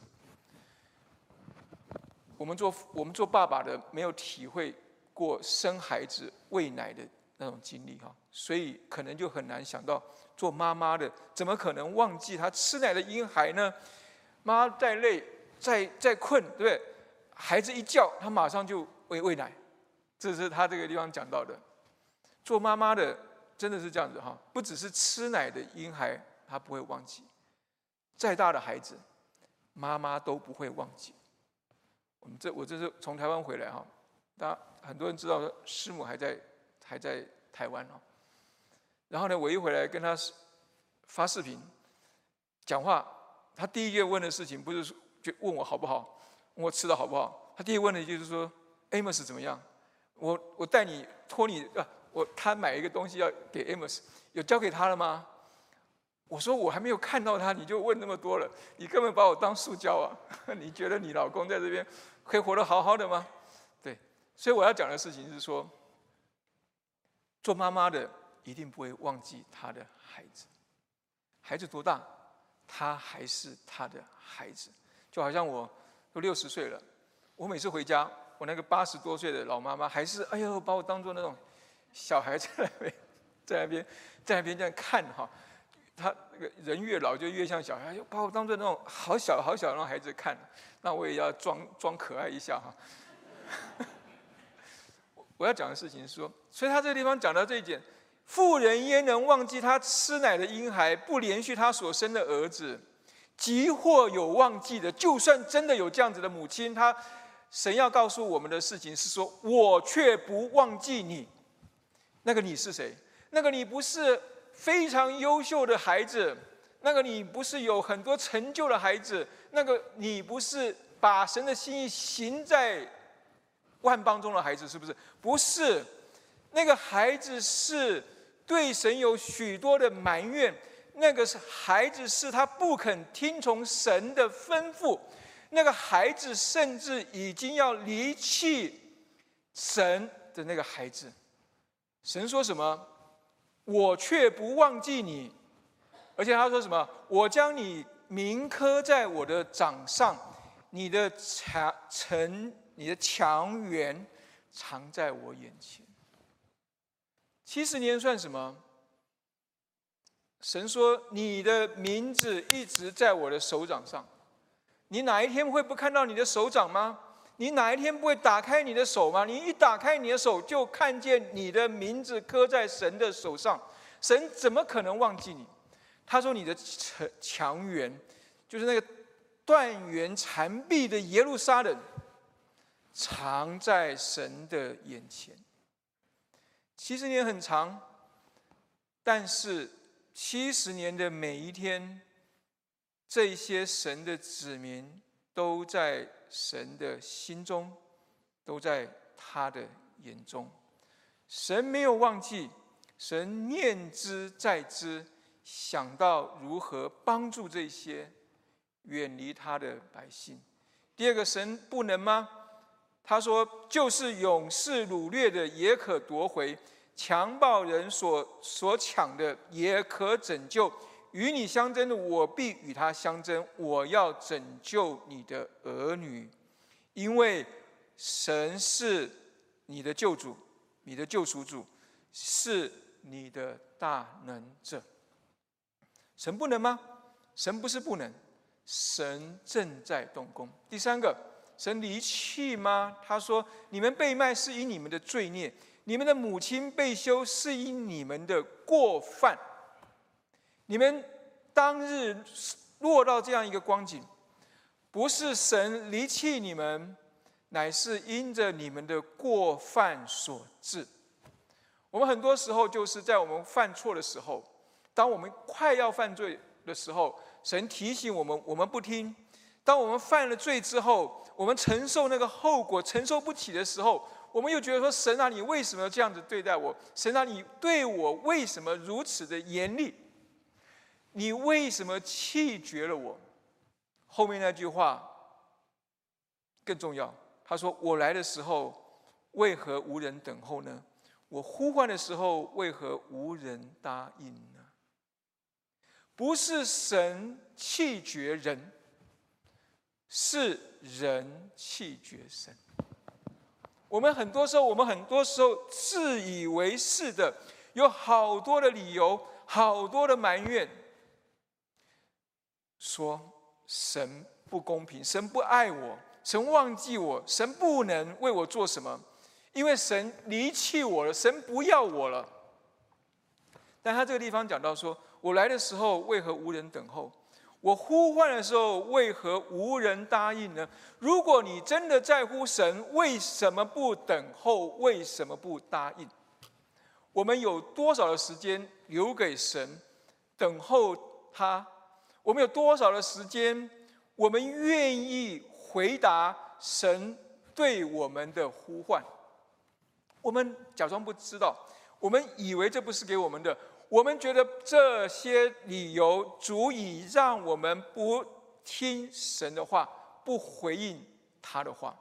Speaker 1: 我们做我们做爸爸的，没有体会过生孩子喂奶的那种经历哈，所以可能就很难想到做妈妈的怎么可能忘记他吃奶的婴孩呢？妈再累再再困，对不对？孩子一叫，他马上就喂喂奶，这是他这个地方讲到的。做妈妈的真的是这样子哈，不只是吃奶的婴孩他不会忘记，再大的孩子，妈妈都不会忘记。我们这我这是从台湾回来哈，大家很多人知道说师母还在还在台湾哈，然后呢，我一回来跟他发视频讲话，他第一件问的事情不是就问我好不好，问我吃的好不好，他第一个问的就是说 Amos 怎么样？我我带你托你啊，我他买一个东西要给 Amos， 有交给他了吗？我说我还没有看到他，你就问那么多了，你根本把我当塑胶啊！你觉得你老公在这边可以活得好好的吗？对，所以我要讲的事情是说，做妈妈的一定不会忘记他的孩子，孩子多大，他还是他的孩子。就好像我都六十岁了，我每次回家，我那个八十多岁的老妈妈还是哎呦把我当作那种小孩在那边，在那边在那边这样看哈。他那个人越老就越像小孩，把我当作那种好小好小的那种孩子看，那我也要装装可爱一下哈。我要讲的事情是说，所以他这个地方讲到这一点， 妇人焉能忘记她吃奶的婴孩，不连续她所生的儿子？即或有忘记的，就算真的有这样子的母亲，她神要告诉我们的事情是说，我却不忘记你。那个你是谁？那个你不是非常优秀的孩子，那个你不是有很多成就的孩子，那个你不是把神的心意行在万邦中的孩子，是不是？不是，那个孩子是对神有许多的埋怨，那个孩子是他不肯听从神的吩咐，那个孩子甚至已经要离弃神的那个孩子。神说什么？我却不忘记你，而且他说什么？我将你铭刻在我的掌上，你的强城，你的强援藏在我眼前。七十年算什么？神说你的名字一直在我的手掌上，你哪一天会不看到你的手掌吗？你哪一天不会打开你的手吗？你一打开你的手，就看见你的名字刻在神的手上。神怎么可能忘记你？他说你的强援，就是那个断垣残壁的耶路撒冷，藏在神的眼前。七十年很长，但是七十年的每一天，这些神的子民都在神的心中，都在他的眼中。神没有忘记，神念之在之，想到如何帮助这些远离他的百姓。第二个，神不能吗？他说，就是勇士掳掠的也可夺回，强暴人所所抢的也可拯救。与你相争的，我必与他相争，我要拯救你的儿女，因为神是你的救主，你的救赎主，是你的大能者。神不能吗？神不是不能，神正在动工。第三个，神离弃吗？他说，你们被卖是因你们的罪孽，你们的母亲被休是因你们的过犯。你们当日落到这样一个光景，不是神离弃你们，乃是因着你们的过犯所致。我们很多时候就是在我们犯错的时候，当我们快要犯罪的时候，神提醒我们，我们不听；当我们犯了罪之后，我们承受那个后果承受不起的时候，我们又觉得说，神啊，你为什么这样子对待我？神啊，你对我为什么如此的严厉？你为什么弃绝了我？后面那句话更重要，他说，我来的时候为何无人等候呢？我呼唤的时候为何无人答应呢？不是神弃绝人，是人弃绝神。我们很多时候，我们很多时候自以为是的，有好多的理由，好多的埋怨，说神不公平，神不爱我，神忘记我，神不能为我做什么，因为神离弃我了，神不要我了。但他这个地方讲到说，我来的时候为何无人等候？我呼唤的时候为何无人答应呢？如果你真的在乎神，为什么不等候？为什么不答应？我们有多少的时间留给神，等候他？我们有多少的时间，我们愿意回答神对我们的呼唤？我们假装不知道，我们以为这不是给我们的，我们觉得这些理由足以让我们不听神的话，不回应他的话。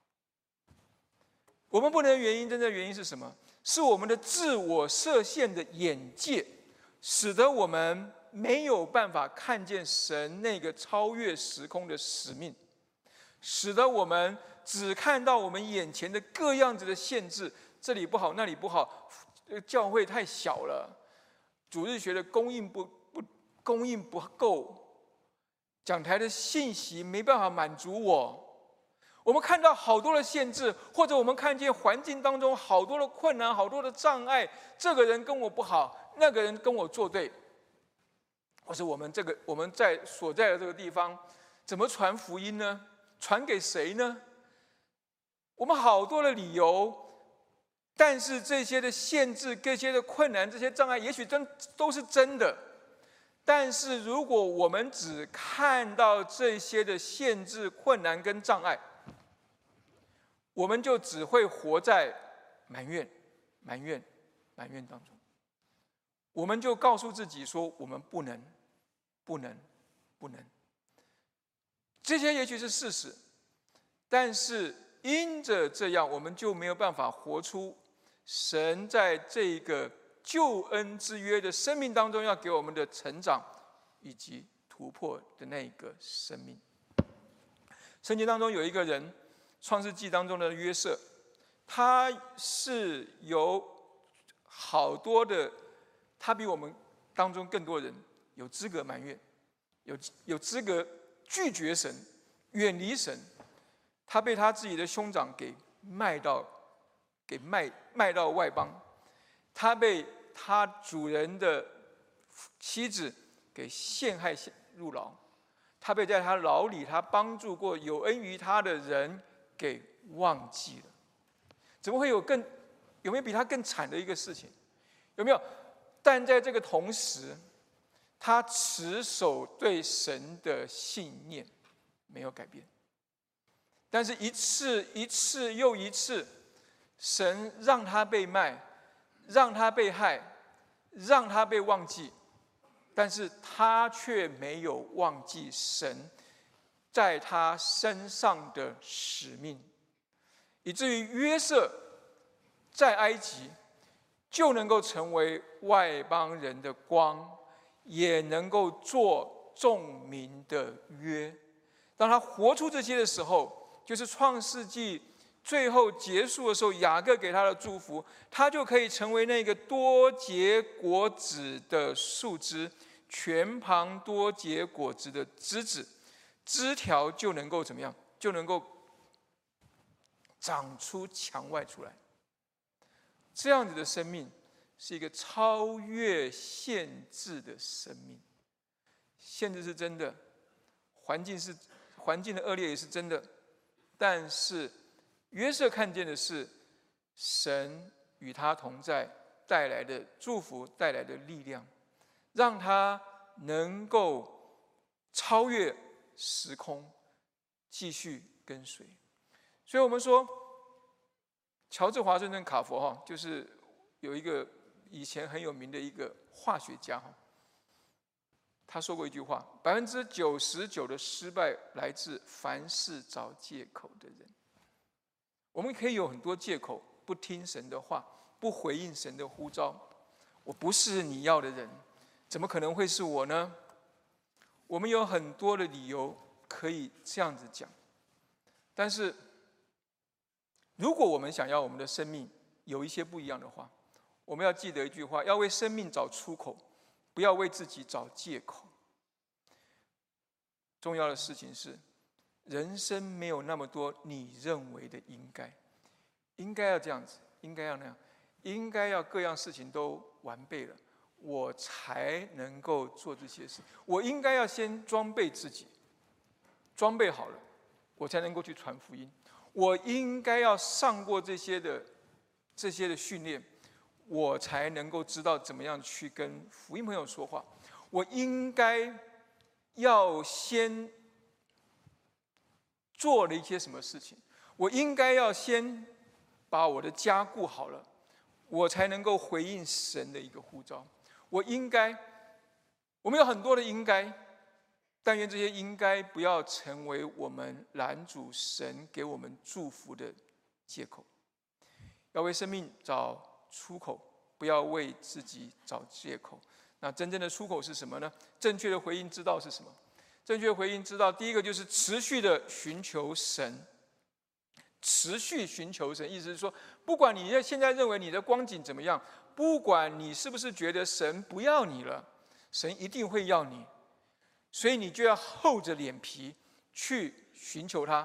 Speaker 1: 我们不能的原因，真正的原因是什么？是我们的自我设限的眼界，使得我们没有办法看见神那个超越时空的使命，使得我们只看到我们眼前的各样子的限制，这里不好，那里不好，教会太小了，主日学的供应不不供应不够，讲台的信息没办法满足我， 我们看到好多的限制，或者我们看见环境当中好多的困难、好多的障碍，这个人跟我不好，那个人跟我作对，或是我们这个我们在所在的这个地方，怎么传福音呢？传给谁呢？我们好多的理由，但是这些的限制、这些的困难、这些障碍，也许真都是真的。但是如果我们只看到这些的限制、困难跟障碍，我们就只会活在埋怨、埋怨、埋怨当中。我们就告诉自己说：我们不能，不能，不能。这些也许是事实，但是因着这样，我们就没有办法活出神在这个救恩之约的生命当中要给我们的成长以及突破的那个生命。圣经当中有一个人，创世纪当中的约瑟，他是有好多的，他比我们当中更多人有资格埋怨，有有资格拒绝神，远离神。他被他自己的兄长给卖到，给卖卖到外邦，他被他主人的妻子给陷害入牢，他被在他牢里他帮助过有恩于他的人给忘记了。怎么会有更有没有比他更惨的一个事情？有没有？但在这个同时，他持守对神的信念没有改变。但是一次一次又一次，神让他被卖，让他被害，让他被忘记，但是他却没有忘记神在他身上的使命，以至于约瑟在埃及就能够成为外邦人的光，也能够做众民的约。当他活出这些的时候，就是创世纪最后结束的时候，雅各给他的祝福，他就可以成为那个多结果子的树枝，全旁多结果子的枝子，枝条就能够怎么样？就能够长出墙外出来。这样子的生命是一个超越限制的生命。限制是真的，环境是环境的恶劣也是真的。但是约瑟看见的是神与他同在带来的祝福，带来的力量，让他能够超越时空，继续跟随。所以我们说，乔治华盛顿卡佛哈，就是有一个以前很有名的一个化学家哈，他说过一句话：百分之九十九的失败来自凡事找借口的人。我们可以有很多借口，不听神的话，不回应神的呼召。我不是你要的人，怎么可能会是我呢？我们有很多的理由可以这样子讲。但是，如果我们想要我们的生命有一些不一样的话，我们要记得一句话：要为生命找出口，不要为自己找借口。重要的事情是，人生没有那么多你认为的应该，应该要这样子，应该要那样，应该要各样事情都完备了，我才能够做这些事。我应该要先装备自己，装备好了，我才能够去传福音。我应该要上过这些的这些的训练，我才能够知道怎么样去跟福音朋友说话。我应该要先做了一些什么事情，我应该要先把我的家顾好了，我才能够回应神的一个呼召。我应该，我们有很多的应该，但愿这些应该不要成为我们拦阻神给我们祝福的借口。要为生命找出口，不要为自己找借口。那真正的出口是什么呢？正确的回应之道是什么？正确的回应之道，第一个就是持续的寻求神。持续寻求神，意思是说，不管你现在认为你的光景怎么样，不管你是不是觉得神不要你了，神一定会要你，所以你就要厚着脸皮去寻求他，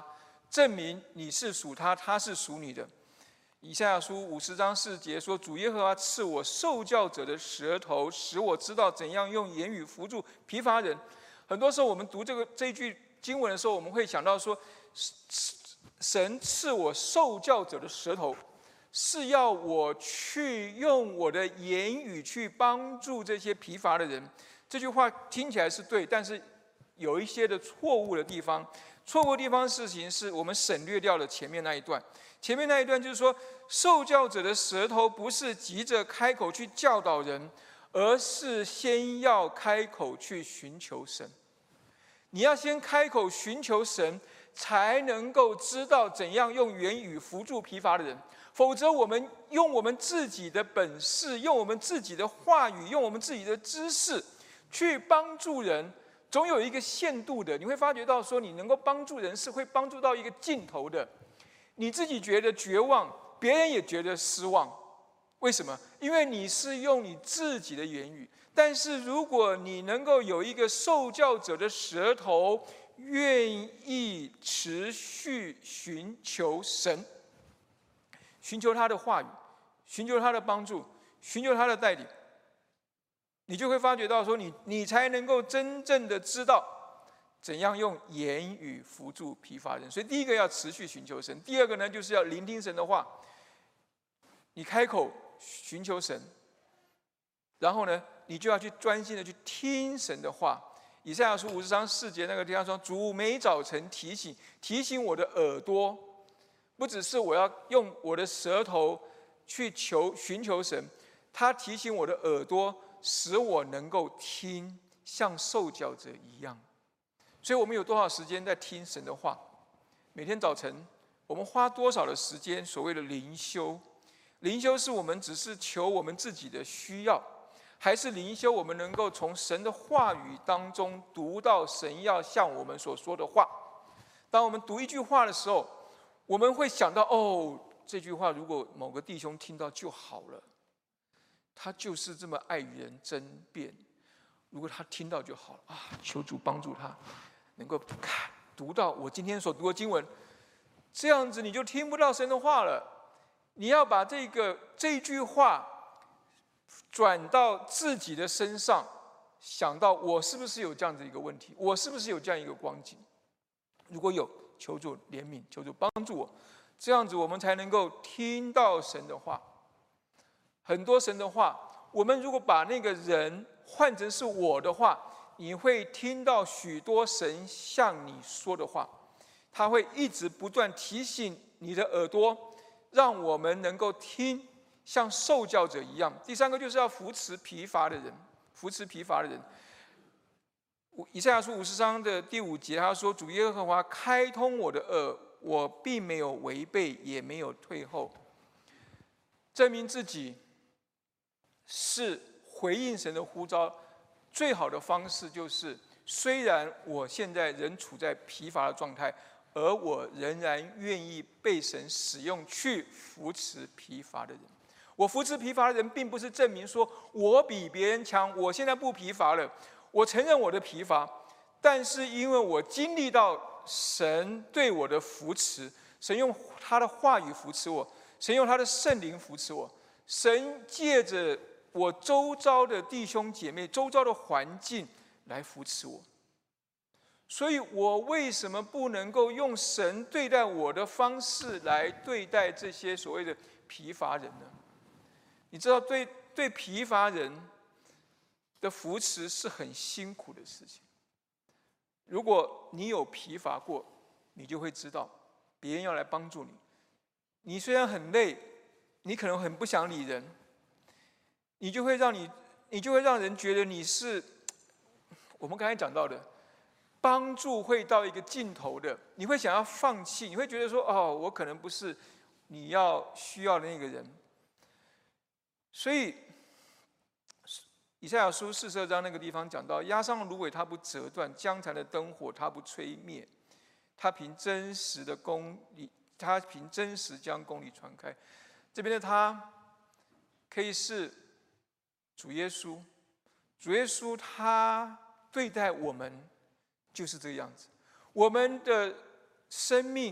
Speaker 1: 证明你是属他，他是属你的。以赛亚书五十章四节说：“主耶和华赐我受教者的舌头，使我知道怎样用言语扶助疲乏人。”很多时候，我们读这个这一句经文的时候，我们会想到说，神赐我受教者的舌头，是要我去用我的言语去帮助这些疲乏的人。这句话听起来是对，但是有一些的错误的地方。错误的地方事情是我们省略掉了前面那一段。前面那一段就是说，受教者的舌头不是急着开口去教导人，而是先要开口去寻求神。你要先开口寻求神，才能够知道怎样用言语扶助疲乏的人。否则，我们用我们自己的本事，用我们自己的话语，用我们自己的知识去帮助人，总有一个限度的。你会发觉到说，你能够帮助人是会帮助到一个尽头的。你自己觉得绝望，别人也觉得失望。为什么？因为你是用你自己的言语。但是如果你能够有一个受教者的舌头，愿意持续寻求神，寻求他的话语，寻求他的帮助，寻求他的带领，你就会发觉到说你，你才能够真正的知道怎样用言语扶助疲乏人。所以第一个要持续寻求神，第二个呢，就是要聆听神的话。你开口寻求神，然后呢，你就要去专心的去听神的话。以赛亚书五十章四节那个地方说：“主每早晨提醒提醒我的耳朵，不只是我要用我的舌头去求寻求神，他提醒我的耳朵，使我能够听，像受教者一样。”所以我们有多少时间在听神的话？每天早晨我们花多少的时间所谓的灵修？灵修是我们只是求我们自己的需要，还是灵修我们能够从神的话语当中读到神要向我们所说的话？当我们读一句话的时候，我们会想到，哦，这句话如果某个弟兄听到就好了，他就是这么爱与人争辩，如果他听到就好了啊！求主帮助他能够看读到我今天所读的经文，这样子你就听不到神的话了。你要把这个这句话转到自己的身上，想到我是不是有这样的一个问题，我是不是有这样一个光景？如果有，求主怜悯，求主帮助我，这样子我们才能够听到神的话。很多神的话，我们如果把那个人换成是我的话，你会听到许多神向你说的话，他会一直不断提醒你的耳朵，让我们能够听，像受教者一样。第三个就是要扶持疲乏的人，扶持疲乏的人。以赛亚书五十章的第五节，他说：“主耶和华开通我的耳，我并没有违背，也没有退后。”证明自己是回应神的呼召最好的方式，就是虽然我现在仍处在疲乏的状态，而我仍然愿意被神使用去扶持疲乏的人。我扶持疲乏的人，并不是证明说我比别人强，我现在不疲乏了。我承认我的疲乏，但是因为我经历到神对我的扶持，神用他的话语扶持我，神用他的圣灵扶持我，神借着我周遭的弟兄姐妹、周遭的环境来扶持我。所以我为什么不能够用神对待我的方式来对待这些所谓的疲乏人呢？你知道，对对疲乏人的扶持是很辛苦的事情。如果你有疲乏过，你就会知道，别人要来帮助你，你虽然很累，你可能很不想理人，你就会让你，你就会让人觉得你是我们刚才讲到的，帮助会到一个尽头的，你会想要放弃，你会觉得说，哦，我可能不是你要需要的那个人。所以以赛亚书四十二章那个地方讲到，压伤的芦苇它不折断，将残的灯火它不吹灭，它凭真实的公理，它凭真实将公理传开。这边的他可以是主耶稣，主耶稣他对待我们就是这个样子。我们的生命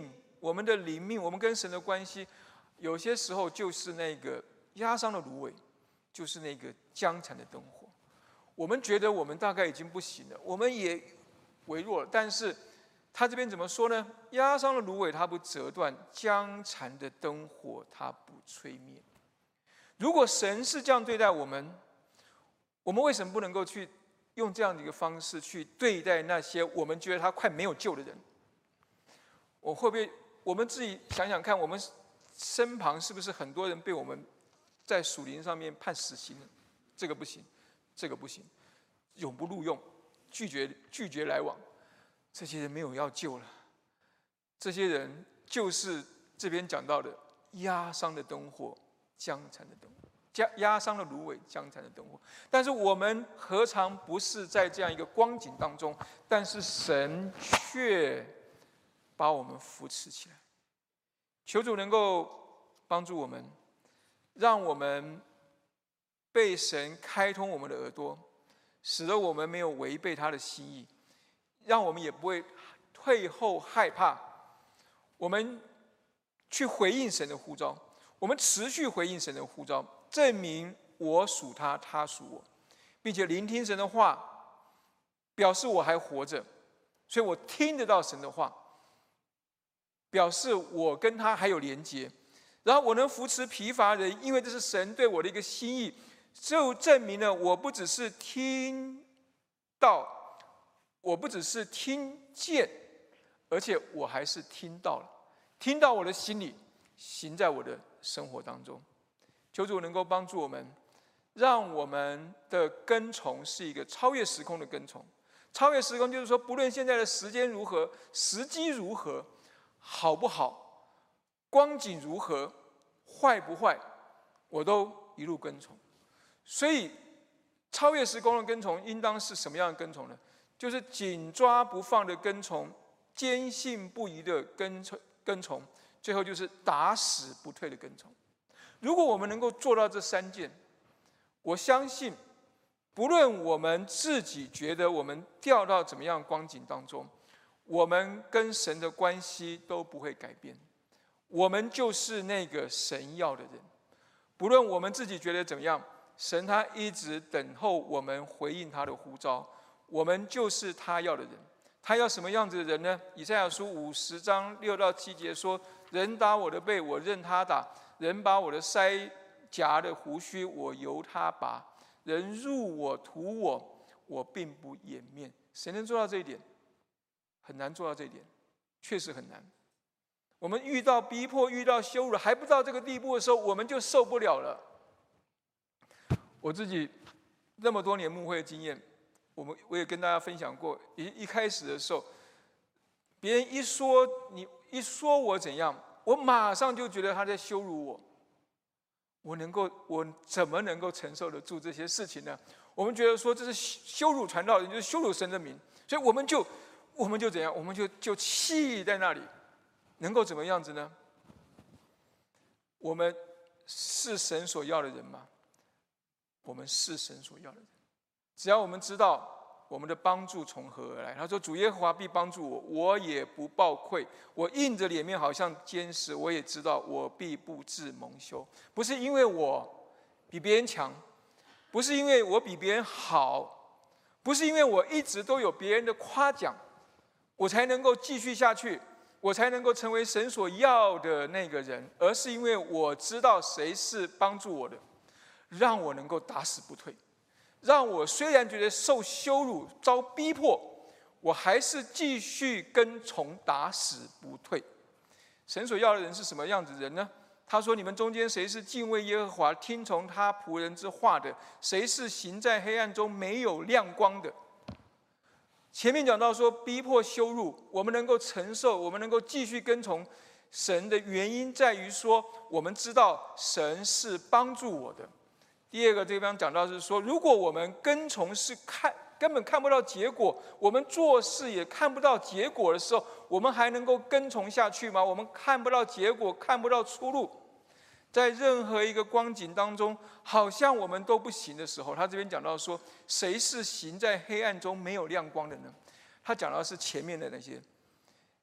Speaker 1: 我们的灵命，我们跟神的关系，有些时候就是那个压伤的芦苇，就是那个将残的灯火。我们觉得我们大概已经不行了，我们也微弱了，但是他这边怎么说呢？压伤的芦苇它不折断，将残的灯火它不吹灭。如果神是这样对待我们，我们为什么不能够去用这样的一个方式去对待那些我们觉得他快没有救的人？我会不会我们自己想想看，我们身旁是不是很多人被我们在属灵上面判死刑了？这个不行，这个不行，永不录用，拒绝拒绝来往。这些人没有要救了，这些人就是这边讲到的压伤的灯火，将残的灯火，压压伤的芦苇，将残的灯火。但是我们何尝不是在这样一个光景当中？但是神却把我们扶持起来。求主能够帮助我们，让我们被神开通我们的耳朵，使得我们没有违背他的心意，让我们也不会退后害怕。我们去回应神的呼召，我们持续回应神的呼召，证明我属他，他属我，并且聆听神的话，表示我还活着，所以我听得到神的话，表示我跟他还有连结。然后我能扶持疲乏人，因为这是神对我的一个心意，就证明了我不只是听到，我不只是听见，而且我还是听到了，听到我的心里，行在我的生活当中。求主能够帮助我们，让我们的跟从是一个超越时空的跟从。超越时空就是说，不论现在的时间如何，时机如何，好不好，光景如何，坏不坏，我都一路跟从。所以超越时空的跟从应当是什么样的跟从呢？就是紧抓不放的跟从，坚信不疑的跟从，跟从，最后就是打死不退的跟从。如果我们能够做到这三件，我相信不论我们自己觉得我们掉到怎么样的光景当中，我们跟神的关系都不会改变。我们就是那个神要的人，不论我们自己觉得怎么样，神他一直等候我们回应他的呼召，我们就是他要的人。他要什么样子的人呢？以赛亚书五十章六到七节说：人打我的背，我任他打；人把我的腮颊的胡须，我由他拔；人入我涂我，我并不掩面。谁能做到这一点？很难做到这一点，确实很难。我们遇到逼迫，遇到羞辱，还不到这个地步的时候，我们就受不了了。我自己那么多年牧会的经验，我们我也跟大家分享过。一一开始的时候，别人一说你一说我怎样，我马上就觉得他在羞辱我。我能够，我怎么能够承受得住这些事情呢？我们觉得说这是羞辱传道人，就是羞辱神的名，所以我们就我们就怎样，我们就就气在那里。能够怎么样子呢？我们是神所要的人吗？我们是神所要的人。只要我们知道我们的帮助从何而来，他说：“主耶和华必帮助我，我也不抱愧。我硬着脸面好像坚实，我也知道我必不致蒙羞。不是因为我比别人强，不是因为我比别人好，不是因为我一直都有别人的夸奖，我才能够继续下去。”我才能够成为神所要的那个人，而是因为我知道谁是帮助我的，让我能够打死不退，让我虽然觉得受羞辱、遭逼迫，我还是继续跟从，打死不退。神所要的人是什么样子的人呢？他说：“你们中间谁是敬畏耶和华、听从他仆人之话的？谁是行在黑暗中没有亮光的？”前面讲到说，逼迫羞辱，我们能够承受，我们能够继续跟从神的原因在于说，我们知道神是帮助我的。第二个，这地方讲到是说，如果我们跟从是看根本看不到结果，我们做事也看不到结果的时候，我们还能够跟从下去吗？我们看不到结果，看不到出路，在任何一个光景当中，好像我们都不行的时候，他这边讲到说，谁是行在黑暗中没有亮光的呢？他讲到是前面的那些，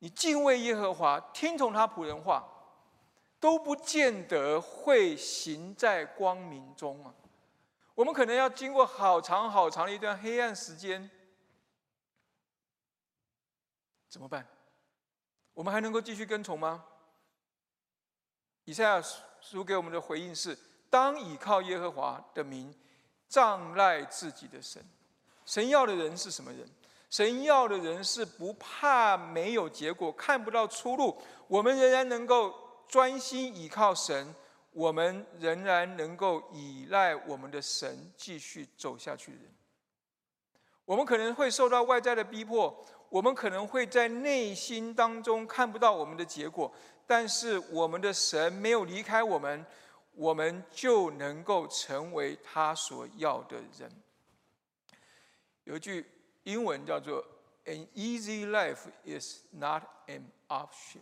Speaker 1: 你敬畏耶和华，听从他仆人话，都不见得会行在光明中啊。我们可能要经过好长好长的一段黑暗时间，怎么办？我们还能够继续跟从吗？以赛亚书给我们的回应是：当倚靠耶和华的名，仗赖自己的神。神要的人是什么人？神要的人是不怕没有结果，看不到出路，我们仍然能够专心倚靠神，我们仍然能够依赖我们的神继续走下去的人。我们可能会受到外在的逼迫，我们可能会在内心当中看不到我们的结果，但是我们的神没有离开我们，我们就能够成为他所要的人。有一句英文叫做 "An easy life is not an option"，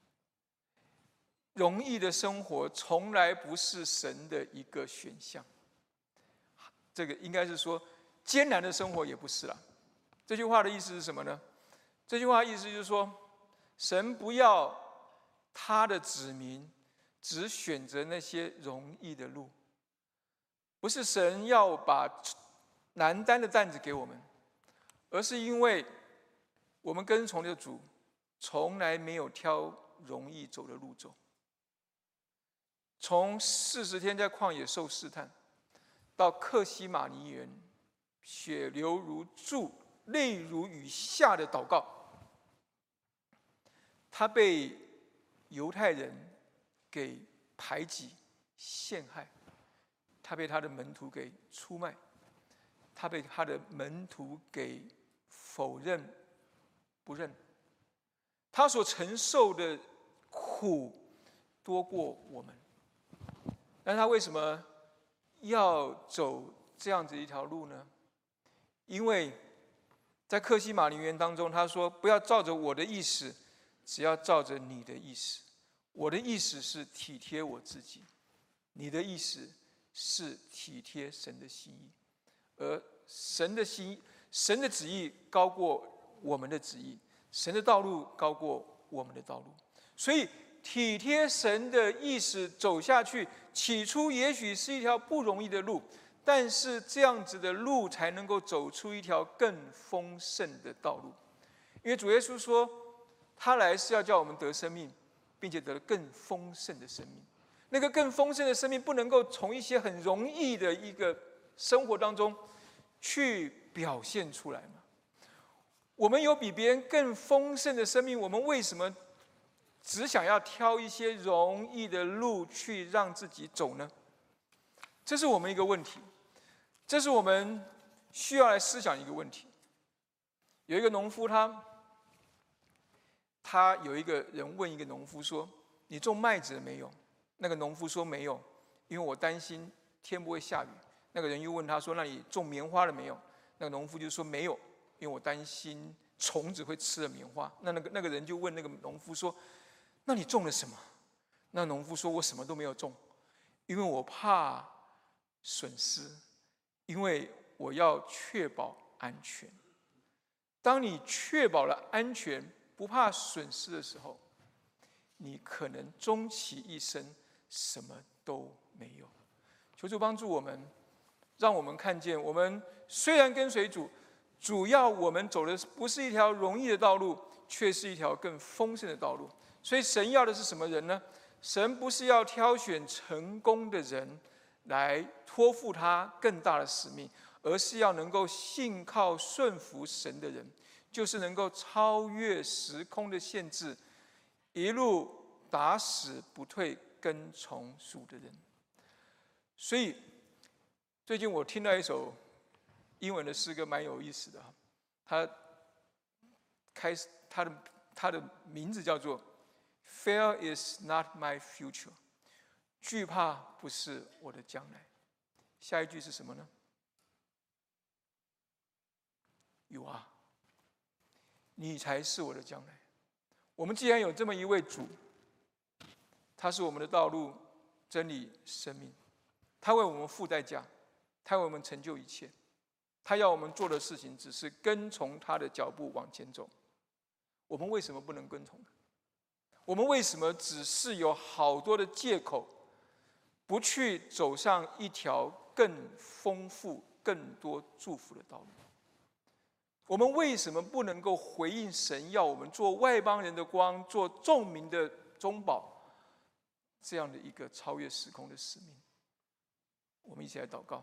Speaker 1: 容易的生活从来不是神的一个选项。这个应该是说，艰难的生活也不是啦。这句话的意思是什么呢？这句话的意思就是说，神不要他的子民只选择那些容易的路，不是神要把难担的担子给我们，而是因为我们跟从的主从来没有挑容易走的路走。从四十天在旷野受试探，到客西马尼园血流如注、泪如雨下的祷告，他被犹太人给排挤、陷害，他被他的门徒给出卖，他被他的门徒给否认、不认，他所承受的苦多过我们。但他为什么要走这样子一条路呢？因为在客西马尼园当中，他说：“不要照着我的意思，只要照着你的意思。我的意思是体贴我自己，你的意思是体贴神的心意。而神的心，神的旨意高过我们的旨意，神的道路高过我们的道路。所以体贴神的意思走下去，起初也许是一条不容易的路，但是这样子的路才能够走出一条更丰盛的道路。因为主耶稣说，他来是要叫我们得生命，并且得更丰盛的生命。那个更丰盛的生命不能够从一些很容易的一个生活当中去表现出来吗？我们有比别人更丰盛的生命，我们为什么只想要挑一些容易的路去让自己走呢？这是我们一个问题，这是我们需要来思想一个问题。有一个农夫他，他有一个人问一个农夫说：“你种麦子了没有？”那个农夫说：“没有，因为我担心天不会下雨。”那个人又问他说：“那你种棉花了没有？”那个农夫就说：“没有，因为我担心虫子会吃了棉花。”那那个那个人就问那个农夫说：“那你种了什么？”那农夫说：“我什么都没有种，因为我怕损失，因为我要确保安全。”当你确保了安全，不怕损失的时候，你可能终其一生什么都没有。求主帮助我们，让我们看见，我们虽然跟随主，主要我们走的不是一条容易的道路，却是一条更丰盛的道路。所以神要的是什么人呢？神不是要挑选成功的人来托付他更大的使命，而是要能够信靠顺服神的人，就是能够超越时空的限制，一路打死不退跟从主的人。所以最近我听到一首英文的诗歌，蛮有意思的。它开始，它的它的名字叫做 "Fear is not my future"， 惧怕不是我的将来。下一句是什么呢？ You are， 你才是我的将来。我们既然有这么一位主，他是我们的道路、真理、生命，他为我们付代价，他为我们成就一切，他要我们做的事情只是跟从他的脚步往前走。 我们为什么不能跟从他？我们为什么只是有好多的借口，不去走上一条更丰富、更多祝福的道路？我们为什么不能够回应神要我们做外邦人的光，做众民的中保，这样的一个超越时空的使命？我们一起来祷告。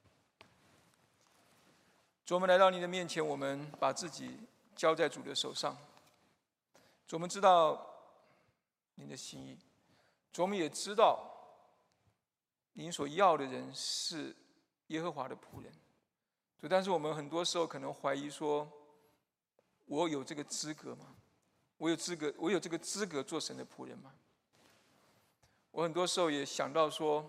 Speaker 1: 主，我们来到你的面前，我们把自己交在主的手上。主，我们知道您的心意，主，我们也知道您所要的人是耶和华的仆人。主，但是我们很多时候可能怀疑说，我有这个资格吗？我有资格，我有这个资格做神的仆人吗？我很多时候也想到说，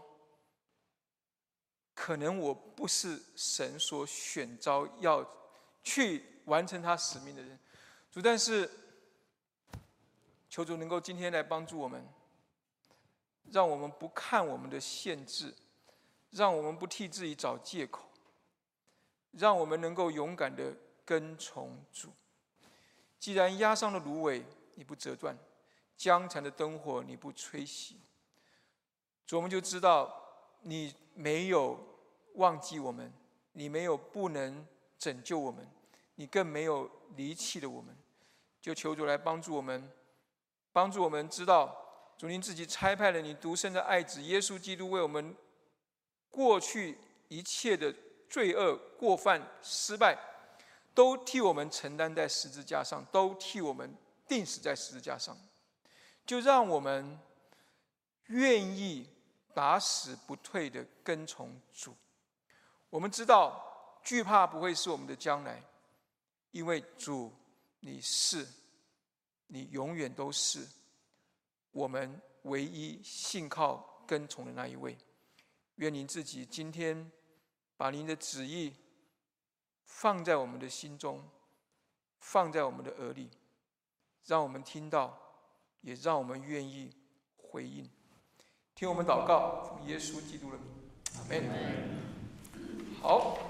Speaker 1: 可能我不是神所选召要去完成他使命的人。主，但是求主能够今天来帮助我们，让我们不看我们的限制，让我们不替自己找借口，让我们能够勇敢的跟从主。既然压伤的芦苇你不折断，将残的灯火你不吹熄，主，我们就知道你没有忘记我们，你没有不能拯救我们，你更没有离弃了我们。就求主来帮助我们，帮助我们知道，主，您自己差派了你独生的爱子耶稣基督，为我们过去一切的罪恶、过犯、失败，都替我们承担在十字架上，都替我们钉死在十字架上。就让我们愿意打死不退的跟从主。我们知道惧怕不会是我们的将来，因为主你是，你永远都是我们唯一信靠跟从的那一位。愿您自己今天把您的旨意放在我们的心中，放在我们的耳里，让我们听到，也让我们愿意回应。听我们祷告，奉耶稣基督的名，阿们。好。